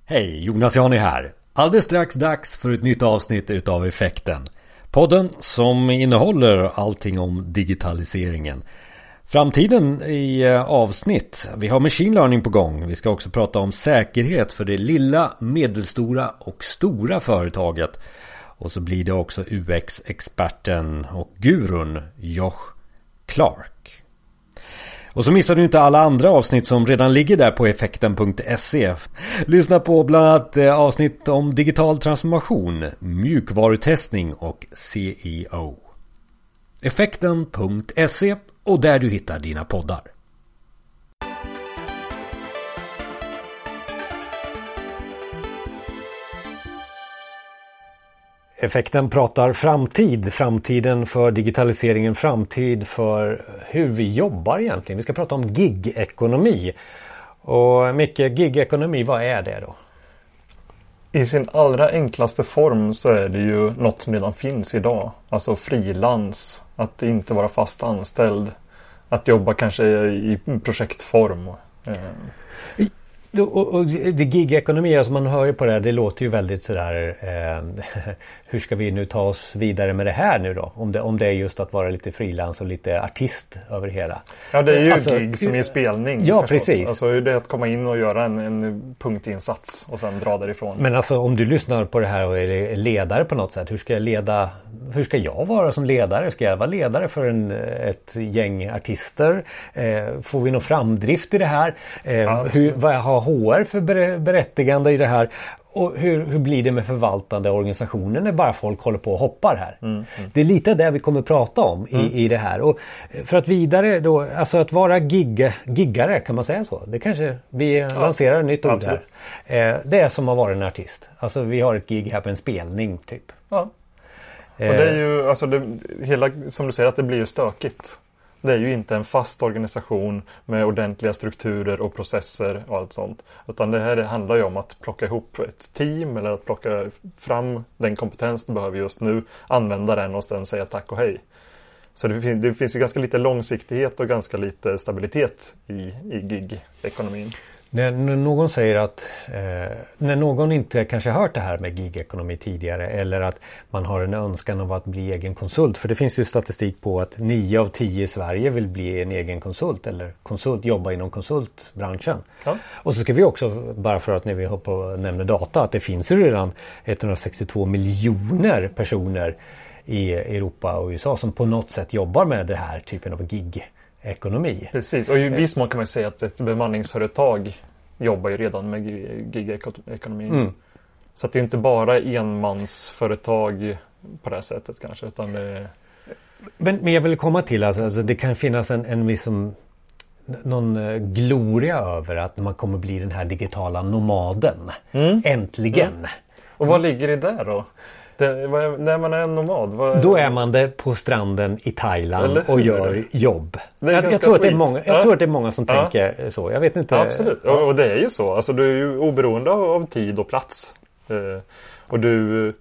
Hej, Jonas Jani här. Alldeles strax dags för ett nytt avsnitt utav Effekten. Podden som innehåller allting om digitaliseringen. Framtiden i avsnitt. Vi har machine learning på gång. Vi ska också prata om säkerhet för det lilla, medelstora och stora företaget. Och så blir det också UX-experten och gurun Josh Clark. Och så missar du inte alla andra avsnitt som redan ligger där på effekten.se. Lyssna på bland annat avsnitt om digital transformation, mjukvarutestning och CEO. Effekten.se och där du hittar dina poddar. Effekten pratar framtid, framtiden för digitaliseringen, framtid för hur vi jobbar egentligen. Vi ska prata om gig-ekonomi. Och Micke, gig-ekonomi, vad är det då? I sin allra enklaste form så är det ju något som redan finns idag. Alltså frilans, att inte vara fast anställd, att jobba kanske i projektform. Och det gig-ekonomi, alltså man hör ju på det här, det låter ju väldigt sådär hur ska vi nu ta oss vidare med det här nu då? Om det är just att vara lite frilans och lite artist över hela. Ja, det är ju alltså, gig som är spelning. Ja, förstås. Precis. Alltså det är att komma in och göra en punktinsats och sen dra därifrån. Men alltså om du lyssnar på det här och är ledare på något sätt, hur ska jag vara som ledare? Ska jag vara ledare för ett gäng artister? Får vi någon framdrift i det här? Vad har HR för berättigande i det här? Och hur blir det med förvaltande organisationer när bara folk håller på och hoppar här? Det är lite det vi kommer prata om i det här. Och för att vidare då, alltså att vara giggare, kan man säga så? Det kanske vi lanserar ett nytt ord här. Det är som att vara en artist. Alltså vi har ett gig här på en spelning typ. Ja. Och det är ju, alltså hela, som du säger, att det blir ju stökigt. Det är ju inte en fast organisation med ordentliga strukturer och processer och allt sånt. Utan det här handlar ju om att plocka ihop ett team eller att plocka fram den kompetens du behöver just nu, använda den och sen säga tack och hej. Så det finns ju ganska lite långsiktighet och ganska lite stabilitet i gig-ekonomin. När någon säger att när någon inte kanske hört det här med gig-ekonomi tidigare eller att man har en önskan av att bli egen konsult, för det finns ju statistik på att 9 av 10 i Sverige vill bli en egen konsult eller jobba inom konsultbranschen. Ja. Och så ska vi också, bara för att när vi hoppar och nämner data, att det finns ju redan 162 miljoner personer i Europa och USA som på något sätt jobbar med det här typen av gig-ekonomi. Precis, och i viss mån kan man säga att ett bemanningsföretag jobbar ju redan med gig-ekonomi. Så att det är inte bara enmansföretag på det här sättet kanske, utan det... Men jag vill komma till, alltså det kan finnas en liksom någon gloria över att man kommer bli den här digitala nomaden. Äntligen! Och vad ligger det där då? När man är en nomad? Då är man det på stranden i Thailand och gör jobb. Jag tror att det är många som tänker så. Jag vet inte. Absolut. Och det är ju så. Alltså, du är ju oberoende av tid och plats. Och du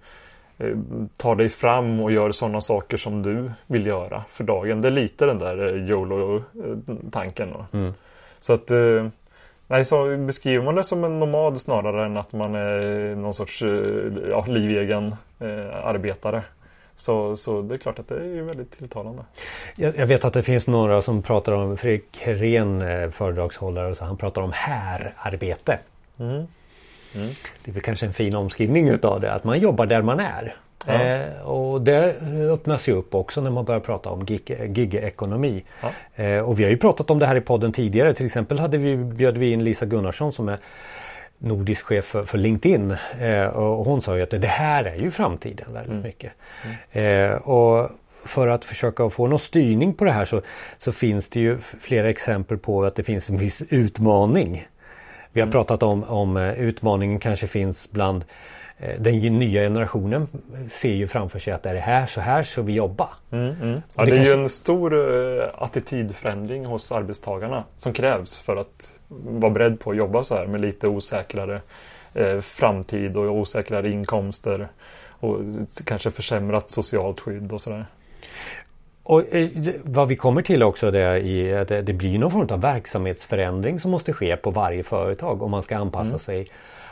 tar dig fram och gör sådana saker som du vill göra för dagen. Det är lite den där YOLO-tanken. Så att... Nej, så beskriver man det som en nomad snarare än att man är någon sorts livegen arbetare. Så det är klart att det är väldigt tilltalande. Jag vet att det finns några som pratar om, Fredrik Herén, föredragshållare, så han pratar om härarbete. Det är väl kanske en fin omskrivning utav det, att man jobbar där man är. Och det öppnas ju upp också när man börjar prata om gig-ekonomi. Och vi har ju pratat om det här i podden tidigare. Till exempel bjöd vi in Lisa Gunnarsson som är nordisk chef för LinkedIn. Och hon sa ju att det här är ju framtiden väldigt mycket. Och för att försöka få någon styrning på det här så finns det ju flera exempel på att det finns en viss utmaning. Vi har pratat om utmaningen kanske finns bland den nya generationen ser ju framför sig att det är så här så vi jobbar. Ja, det är ju en stor attitydförändring hos arbetstagarna som krävs för att vara beredd på att jobba så här med lite osäkrare framtid och osäkrare inkomster och kanske försämrat socialt skydd och sådär. Och vad vi kommer till också är att det blir någon form av verksamhetsförändring som måste ske på varje företag om man ska anpassa sig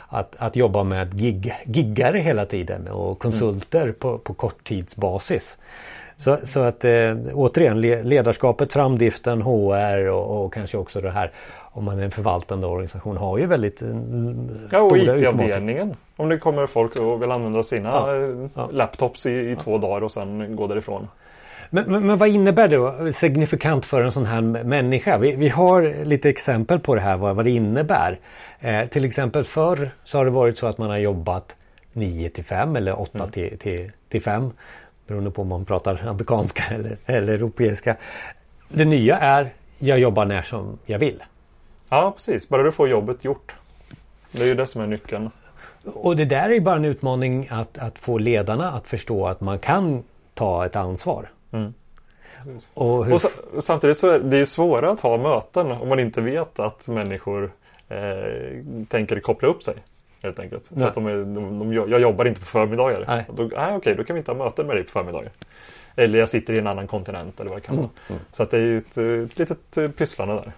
att jobba med giggare hela tiden och konsulter på korttidsbasis. Så att återigen ledarskapet, framdriften, HR och kanske också det här om man är en förvaltande organisation har ju väldigt stora och IT-avdelningen. Om det kommer folk och vill använda sina laptops i 2 dagar och sen gå därifrån. Men vad innebär det signifikant för en sån här människa? Vi har lite exempel på det här vad det innebär. Till exempel förr så har det varit så att man har jobbat 9-5 eller 8-5. Beroende på om man pratar amerikanska eller europeiska. Det nya är jag jobbar när som jag vill. Ja, precis. Bara du får jobbet gjort. Det är ju det som är nyckeln. Och det där är ju bara en utmaning att få ledarna att förstå att man kan ta ett ansvar. Och samtidigt så är det ju svårare att ha möten om man inte vet att människor tänker koppla upp sig. Helt enkelt. För att jag jobbar inte på förmiddagar. Okej, då kan vi inte ha möten med dig på förmiddagar. Eller jag sitter i en annan kontinent eller vad det kan vara. Så att det är ju ett litet pysslande där.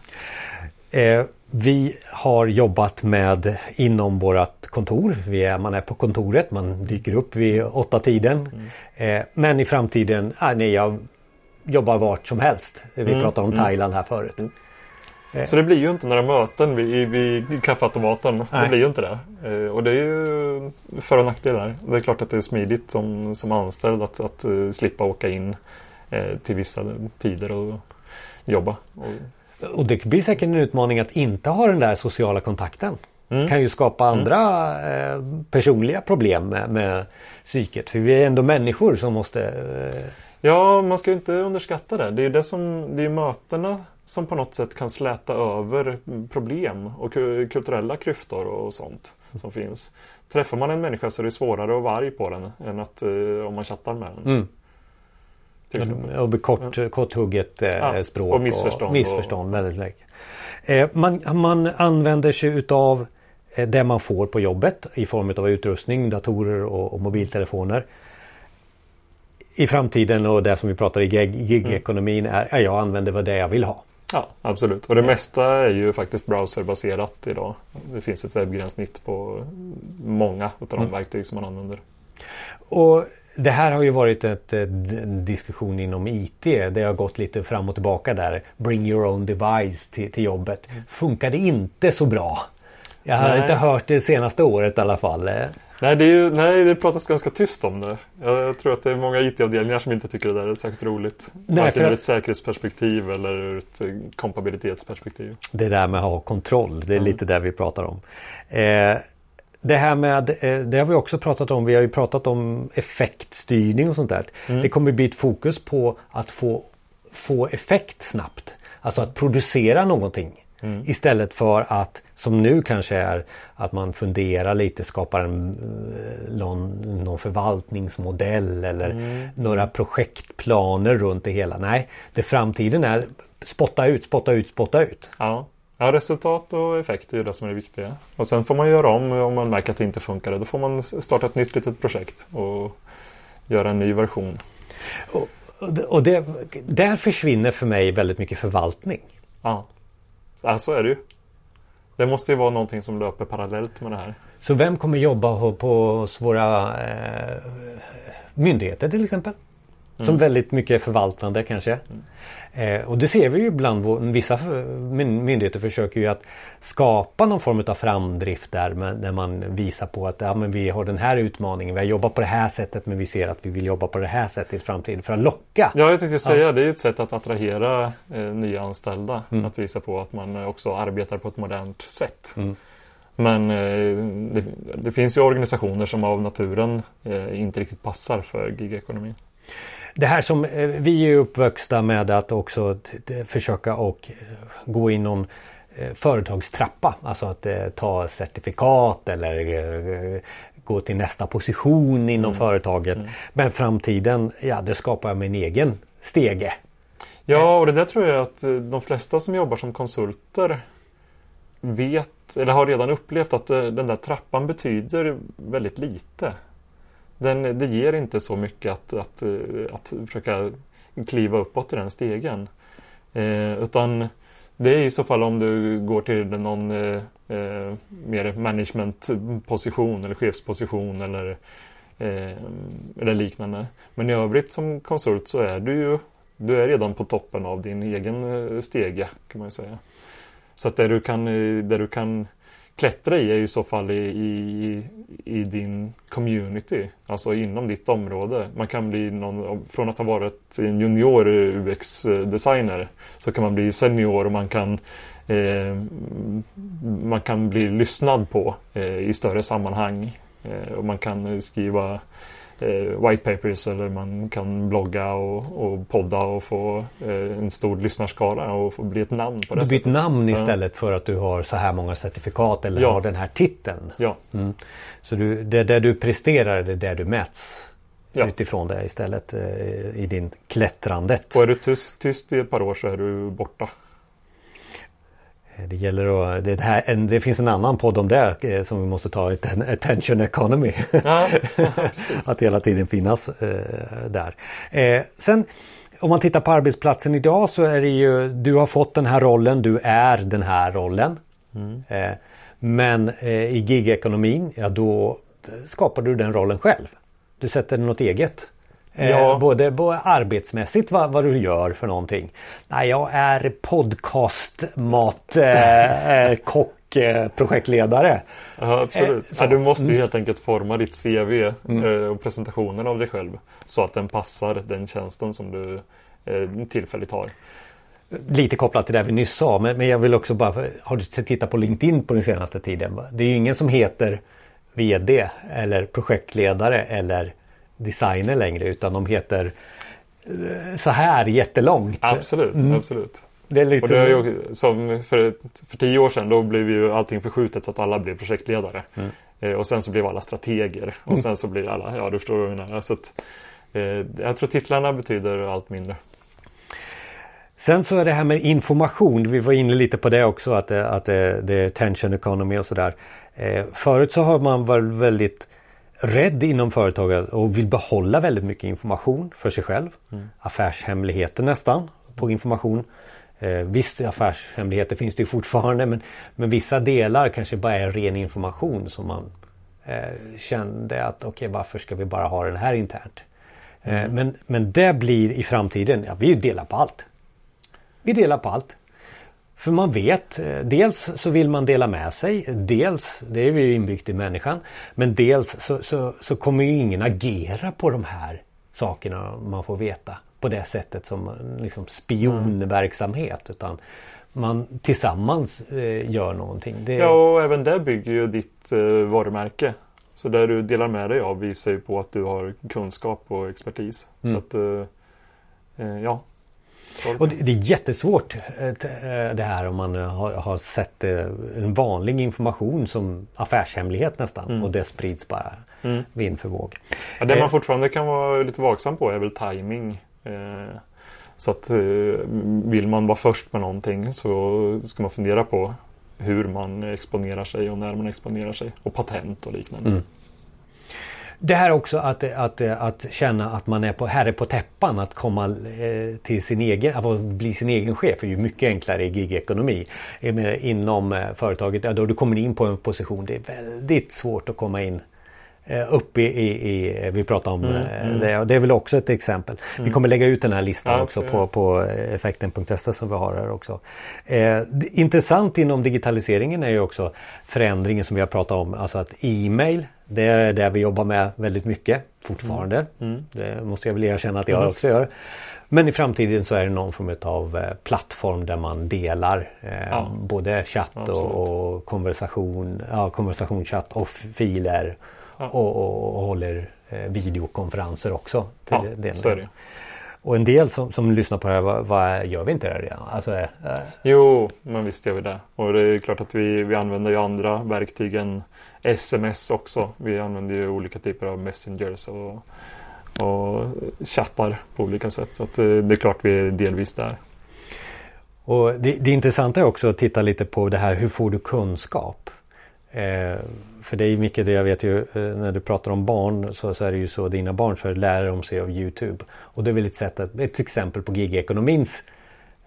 Vi har jobbat med inom vårat kontor. Man är på kontoret, man dyker upp vid 8-tiden. Men i framtiden, jag jobbar vart som helst. Vi pratade om Thailand här förut. Så det blir ju inte några möten vid kaffeautomaten. Det blir ju inte det. Och det är ju för- och nackdelar. Det är klart att det är smidigt som anställd att slippa åka in till vissa tider och jobba. Och det blir säkert en utmaning att inte ha den där sociala kontakten. Kan ju skapa andra personliga problem med psyket. För vi är ändå människor som måste... Ja, man ska ju inte underskatta det. Det är mötena som på något sätt kan släta över problem och kulturella klyftor och sånt som finns. Träffar man en människa så är det svårare att vara arg på den än att om man chattar med den. Och korthugget språk och missförstånd. Väldigt lätt. Man använder sig utav det man får på jobbet i form av utrustning, datorer och mobiltelefoner. I framtiden och det som vi pratar i gig-ekonomin är jag använder vad det jag vill ha. Ja, absolut. Och det mesta är ju faktiskt browserbaserat idag. Det finns ett webbgränssnitt på många av de verktyg som man använder. Och det här har ju varit en diskussion inom IT. Det har gått lite fram och tillbaka där. Bring your own device till jobbet. Funkar det inte så bra? Jag har inte hört det senaste året i alla fall. Nej, det pratas ganska tyst om det. Jag tror att det är många IT-avdelningar som inte tycker det där är särskilt roligt. Varken ur ett säkerhetsperspektiv eller ur ett kompabilitetsperspektiv. Det där med att ha kontroll, det är lite där vi pratar om. Det här med, det har vi också pratat om. Vi har ju pratat om effektstyrning och sånt där. Det kommer bli ett fokus på att få effekt snabbt. Alltså att producera någonting. Istället för att, som nu kanske är, att man funderar lite, skapar någon förvaltningsmodell eller några projektplaner runt det hela. Nej, det framtiden är spotta ut. Ja, resultat och effekt är ju det som är det viktiga. Och sen får man göra om man märker att det inte funkar. Då får man starta ett nytt litet projekt och göra en ny version. Och där försvinner för mig väldigt mycket förvaltning. Ja, så är det ju. Det måste ju vara någonting som löper parallellt med det här. Så vem kommer jobba på våra myndigheter till exempel? Som väldigt mycket förvaltande kanske. Och det ser vi ju ibland. Vissa myndigheter försöker ju att skapa någon form av framdrift där. När man visar på att men vi har den här utmaningen. Vi har jobbat på det här sättet men vi ser att vi vill jobba på det här sättet i framtiden för att locka. Ja, jag tänkte säga det är ju ett sätt att attrahera nya anställda. Att visa på att man också arbetar på ett modernt sätt. Men det finns ju organisationer som av naturen inte riktigt passar för gigekonomin. Det här som vi är uppväxta med att också försöka och gå in någon företagstrappa. Alltså att ta certifikat eller gå till nästa position inom företaget. Men framtiden, det skapar jag min egen stege. Ja, och det där tror jag att de flesta som jobbar som konsulter vet eller har redan upplevt att den där trappan betyder väldigt lite. Det ger inte så mycket att försöka kliva uppåt i den stegen. Utan Det är i så fall om du går till någon mer managementposition eller chefsposition eller liknande. Men i övrigt som konsult så är du är redan på toppen av din egen stege, kan man ju säga. Så att det du kan klättra i är i så fall i din community, alltså inom ditt område. Man kan bli från att ha varit en junior UX-designer så kan man bli senior och man kan bli lyssnad på i större sammanhang. Och man kan skriva white papers eller man kan blogga och podda och få en stor lyssnarskara och få bli ett namn på det. Du blir ett namn istället för att du har så här många certifikat eller har den här titeln. Ja. Så det där du presterar, det där du mäts utifrån det istället i din klättrandet. Och är du tyst i ett par år så är du borta. Det gäller att det finns en annan podd om det som vi måste ta, attention economy. Ja, att hela tiden finnas där. Sen om man tittar på arbetsplatsen idag så är det ju, du har fått den här rollen, du är den här rollen. Men i gigekonomin, då skapar du den rollen själv. Du sätter något eget. Både arbetsmässigt vad du gör för någonting. Nej, jag är kock, projektledare. Ja, absolut. Du måste ju helt enkelt forma ditt CV och presentationen av dig själv så att den passar den tjänsten som du tillfälligt har. Lite kopplat till det vi nyss sa, men jag vill också bara, har du tittat på LinkedIn på den senaste tiden? Det är ju ingen som heter VD eller projektledare eller designer längre, utan de heter så här jättelångt. Absolut. Det är liksom... Och det är ju, som för 10 år sedan då blev ju allting förskjutet så att alla blev projektledare. Och sen så blev alla strateger. Och sen så blir alla, du förstår vad jag menar. Så att, jag tror titlarna betyder allt mindre. Sen så är det här med information. Vi var inne lite på det också, att det är attention economy och sådär. Förut så har man varit väldigt rädd inom företaget och vill behålla väldigt mycket information för sig själv. Affärshemligheter nästan på information. Visst, affärshemligheter finns det ju fortfarande, men vissa delar kanske bara är ren information som man kände att varför ska vi bara ha den här internt? Men det blir i framtiden, vi delar på allt. Vi delar på allt. För man vet, dels så vill man dela med sig, dels, det är ju inbyggt i människan, men dels så kommer ju ingen agera på de här sakerna man får veta på det sättet som liksom spionverksamhet, utan man tillsammans gör någonting. Ja, och även det bygger ju ditt varumärke. Så där du delar med dig av visar ju på att du har kunskap och expertis. Så att, Och det är jättesvårt det här om man har sett en vanlig information som affärshemlighet nästan och det sprids bara vind för våg. Ja, det man fortfarande kan vara lite vaksam på är väl timing. Så att vill man vara först med någonting så ska man fundera på hur man exponerar sig och när man exponerar sig och patent och liknande. Det här också att känna att man är herre på täppan, att komma till sin egen, att bli sin egen chef är ju mycket enklare i gigekonomi. Inom företaget, då du kommer in på en position, det är väldigt svårt att komma in upp i vi pratar om det, och det är väl också ett exempel. Vi kommer lägga ut den här listan också på effekten.se som vi har här också. Intressant inom digitaliseringen är ju också förändringen som vi har pratat om, alltså att e-mail, det är där vi jobbar med väldigt mycket fortfarande. Det måste jag väl erkänna att jag också gör. Men i framtiden så är det någon form av plattform där man delar både chatt och konversationschatt och filer och håller videokonferenser också. Och en del som lyssnar på det här, vad gör vi inte det redan? Alltså, Jo, men visst gör vi det. Och det är klart att vi använder ju andra verktyg än SMS också. Vi använder ju olika typer av messengers och chattar på olika sätt. Så att det är klart vi är delvis där. Och det intressanta är också att titta lite på det här, hur får du kunskap? För det är mycket det jag vet ju, när du pratar om barn så är det ju så, dina barn så lär de sig av YouTube. Och det är väl ett exempel på gigekonomins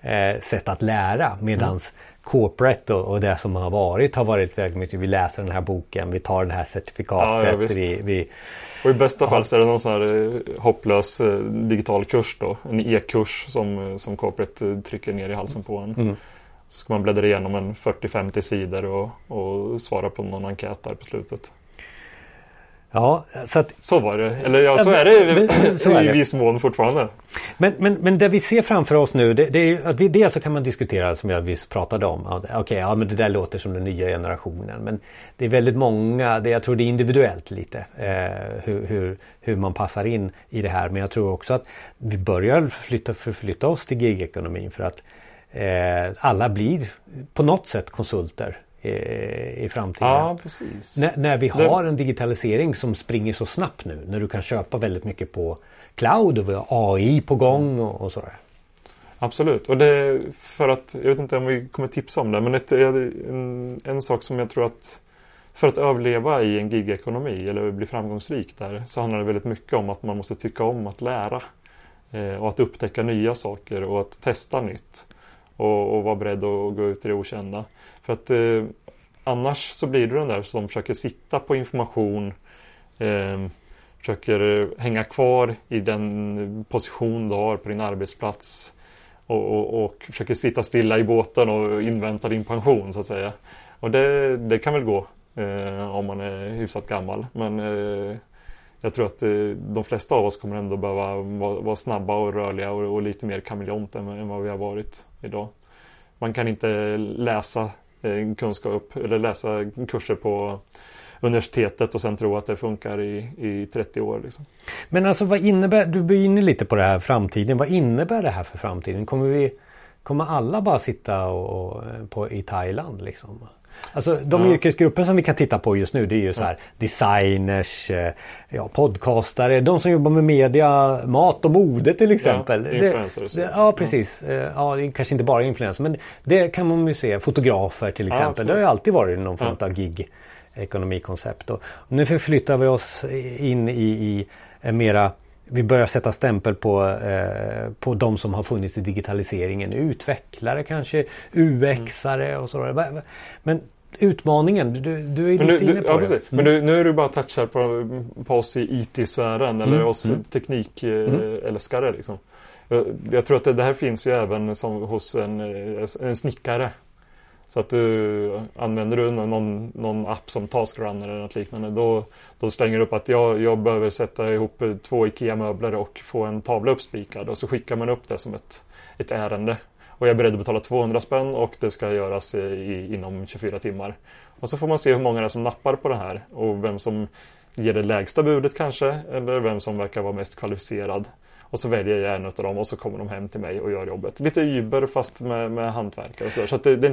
sätt att lära. Medans corporate och det som har varit väldigt mycket. Vi läser den här boken, vi tar det här certifikatet. Och i bästa fall så är det någon sån här hopplös digital kurs då. En e-kurs som corporate trycker ner i halsen på en. Så ska man bläddra igenom en 40-50 sidor och svara på någon enkät där på slutet. Ja, så var det. Eller så är det i viss mån fortfarande. Men det vi ser framför oss nu, det så kan man diskutera som jag visst pratade om. Okej, men det där låter som den nya generationen. Men det är väldigt många, jag tror det är individuellt lite hur man passar in i det här. Men jag tror också att vi börjar förflytta oss till gigekonomin för att alla blir på något sätt konsulter i framtiden. Ja, precis. När vi har en digitalisering som springer så snabbt nu. När du kan köpa väldigt mycket på cloud och vi har AI på gång och sådär. Absolut. Och det för att, jag vet inte om vi kommer tipsa om det, men en sak som jag tror att för att överleva i en gigekonomi eller bli framgångsrik där så handlar det väldigt mycket om att man måste tycka om att lära och att upptäcka nya saker och att testa nytt och vara beredd att gå ut i det okända. För att annars så blir du den där som försöker sitta på information, försöker hänga kvar i den position du har på din arbetsplats och försöker sitta stilla i båten och invänta din pension så att säga. Och det kan väl gå om man är hyfsat gammal. Men jag tror att de flesta av oss kommer ändå behöva vara snabba och rörliga och lite mer kameleont än vad vi har varit idag. Man kan inte läsa kunskap eller läsa kurser på universitetet och sen tro att det funkar i 30 år. Liksom. Men alltså vad innebär, du blir inne lite på det här framtiden, vad innebär det här för framtiden? Kommer alla bara sitta i Thailand liksom? Alltså de yrkesgrupper som vi kan titta på just nu, det är ju så här designers, podcastare, de som jobbar med media, mat och mode till exempel. Influencers. Precis. Kanske inte bara influencers, men det kan man ju se. Fotografer till exempel. Det har ju alltid varit någon form av gig-ekonomikoncept. Och nu förflyttar vi oss in i mera. Vi börjar sätta stämpel på de som har funnits i digitaliseringen. Utvecklare kanske, UX-are och sådär. Men utmaningen, du är lite inne på det. Precis. Men nu är du bara touchar på oss i IT-sfären eller oss teknikälskare. Liksom. Jag tror att det här finns ju även som hos en snickare. Så att använder du någon app som Taskrunner eller något liknande, då slänger du upp att jag behöver sätta ihop 2 IKEA-möbler och få en tavla uppspikad, och så skickar man upp det som ett ärende. Och jag är beredd att betala 200 spänn och det ska göras inom 24 timmar. Och så får man se hur många det är som nappar på det här och vem som ger det lägsta budet kanske, eller vem som verkar vara mest kvalificerad. Och så väljer jag en av dem och så kommer de hem till mig och gör jobbet. Lite Uber fast med hantverkare och sådär. Så att det är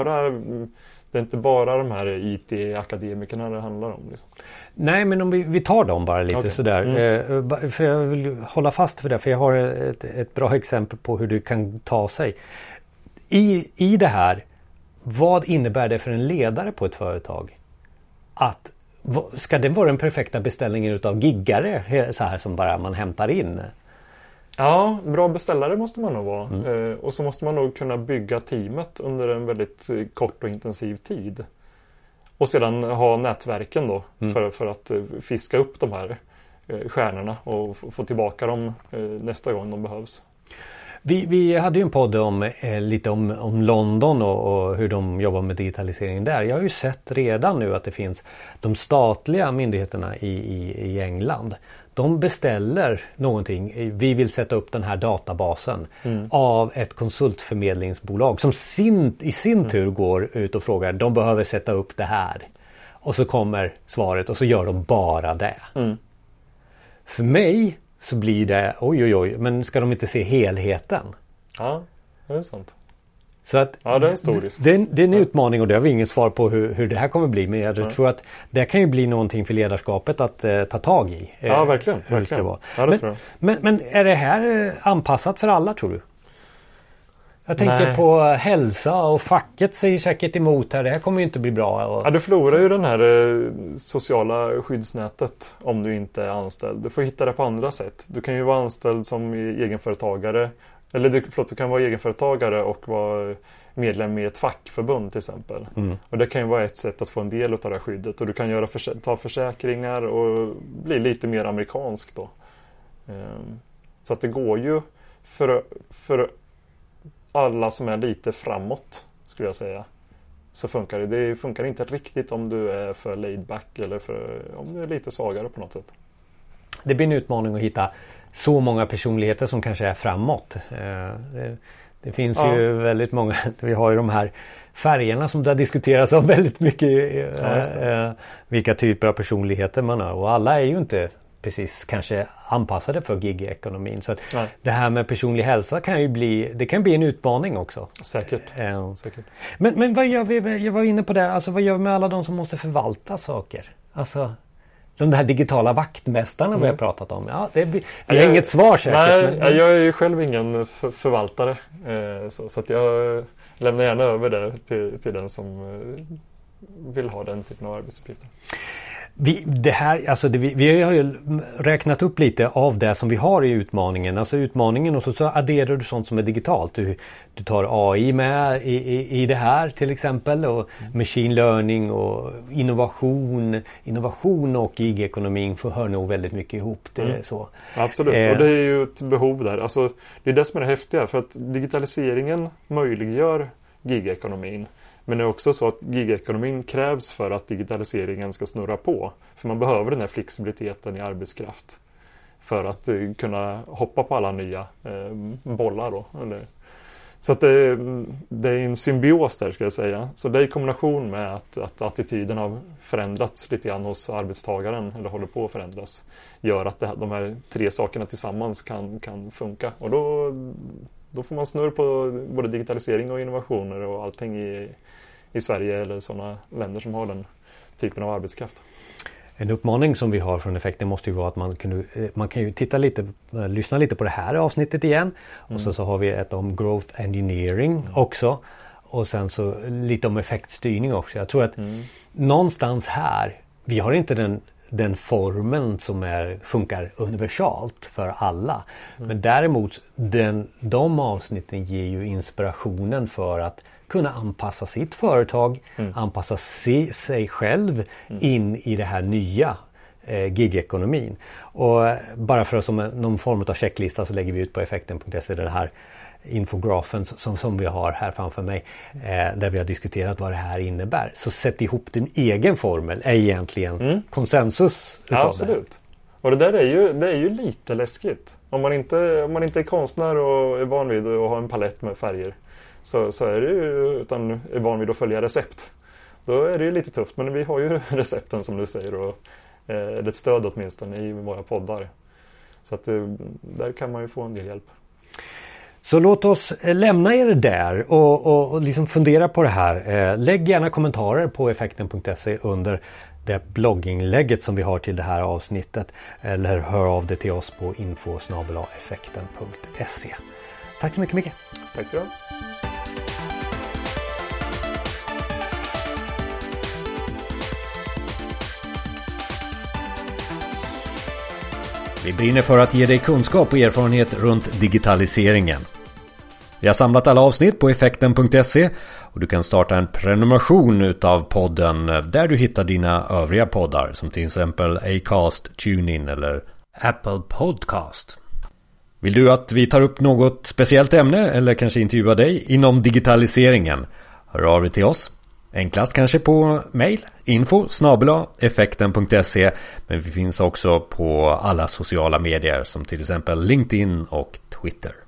inte bara de här IT-akademikerna det handlar om. Liksom. Nej, men om vi tar dem bara lite sådär. För jag vill hålla fast för det. För jag har ett bra exempel på hur det kan ta sig. I det här, vad innebär det för en ledare på ett företag? Ska det vara den perfekta beställningen utav giggare så här som bara man hämtar in? Ja, bra beställare måste man nog vara. Och så måste man nog kunna bygga teamet under en väldigt kort och intensiv tid. Och sedan ha nätverken då för att fiska upp de här stjärnorna och få tillbaka dem nästa gång de behövs. Vi hade ju en podd lite om London och hur de jobbar med digitalisering där. Jag har ju sett redan nu att det finns de statliga myndigheterna i England. De beställer någonting. Vi vill sätta upp den här databasen av ett konsultförmedlingsbolag som i sin tur går ut och frågar. De behöver sätta upp det här. Och så kommer svaret och så gör de bara det. För mig så blir det oj, men ska de inte se helheten? Ja, det är sant. Så att det är en stor risk. Det är en utmaning och det har vi ingen svar på hur det här kommer bli. Men jag tror att det kan ju bli någonting för ledarskapet att ta tag i. Ja, verkligen. Ja, tror jag. Men är det här anpassat för alla, tror du? Jag tänker på hälsa och facket säger säkert emot här. Det här kommer ju inte bli bra. Ja, du förlorar ju den här sociala skyddsnätet om du inte är anställd. Du får hitta det på andra sätt. Du kan ju vara anställd som egenföretagare Eller du kan vara egenföretagare och vara medlem i ett fackförbund till exempel. Och det kan ju vara ett sätt att få en del av det här skyddet. Och du kan ta försäkringar och bli lite mer amerikansk då. Så att det går ju för alla som är lite framåt, skulle jag säga. Så funkar det. Det funkar inte riktigt om du är för laid back eller om du är lite svagare på något sätt. Det blir en utmaning att hitta så många personligheter som kanske är framåt. Det finns ju väldigt många. Vi har ju de här färgerna som det har diskuterats om väldigt mycket. Vilka typer av personligheter man har. Och alla är ju inte precis kanske anpassade för gig-ekonomin. Så att det här med personlig hälsa kan ju bli en utmaning också. Säkert. Säkert. Men vad gör vi? Jag var inne på det. Alltså vad gör vi med alla de som måste förvalta saker? Alltså de här digitala vaktmästarna vi har pratat om. Ja, det är inget svar säkert. Nej, jag är ju själv ingen förvaltare. Så att jag lämnar gärna över det till den som vill ha den typen av arbetsuppgifter. Vi har ju räknat upp lite av det som vi har i utmaningen. Alltså utmaningen och så adderar du sånt som är digitalt. Du tar AI med i det här till exempel. Och machine learning och innovation och gig-ekonomin hör nog väldigt mycket ihop. Det är så. Absolut, och det är ju ett behov där. Alltså, det är det som är det häftiga. För att digitaliseringen möjliggör gig-ekonomin. Men det är också så att gig-ekonomin krävs för att digitaliseringen ska snurra på. För man behöver den här flexibiliteten i arbetskraft. För att kunna hoppa på alla nya bollar då. Så att det är en symbios där, ska jag säga. Så det är i kombination med att attityden har förändrats lite grann hos arbetstagaren. Eller håller på att förändras. Gör att de här tre sakerna tillsammans kan funka. Och då får man snurr på både digitalisering och innovationer och allting i Sverige eller sådana länder som har den typen av arbetskraft. En uppmaning som vi har från Effekten måste ju vara att man kan ju lyssna lite på det här avsnittet igen. Och så har vi ett om growth engineering också. Och sen så lite om effektstyrning också. Jag tror att någonstans här, vi har inte den formeln som funkar universalt för alla. Men däremot de avsnitten ger ju inspirationen för att kunna anpassa sitt företag, anpassa sig själv in i det här nya gig-ekonomin. Och bara för som någon form av checklista så lägger vi ut på effekten.se det här infografen som vi har här framför mig där vi har diskuterat vad det här innebär. Så sätt ihop din egen formel är egentligen konsensus utav absolut. Det. Och det där är ju lite läskigt. Om man inte är konstnär och är van vid att ha en palett med färger så är det ju, utan är van vid att följa recept. Då är det ju lite tufft, men vi har ju recepten som du säger och ett stöd åtminstone i våra poddar. Så att där kan man ju få en del hjälp. Så låt oss lämna er där och liksom fundera på det här. Lägg gärna kommentarer på effekten.se under det blogginlägget som vi har till det här avsnittet. Eller hör av det till oss på info@effekten.se. Tack så mycket, Micke. Tack så mycket. Vi brinner för att ge dig kunskap och erfarenhet runt digitaliseringen. Vi har samlat alla avsnitt på effekten.se och du kan starta en prenumeration utav podden där du hittar dina övriga poddar som till exempel Acast, TuneIn eller Apple Podcast. Vill du att vi tar upp något speciellt ämne eller kanske intervjua dig inom digitaliseringen? Hör av dig till oss. Enklast kanske på mail info@effekten.se, men vi finns också på alla sociala medier som till exempel LinkedIn och Twitter.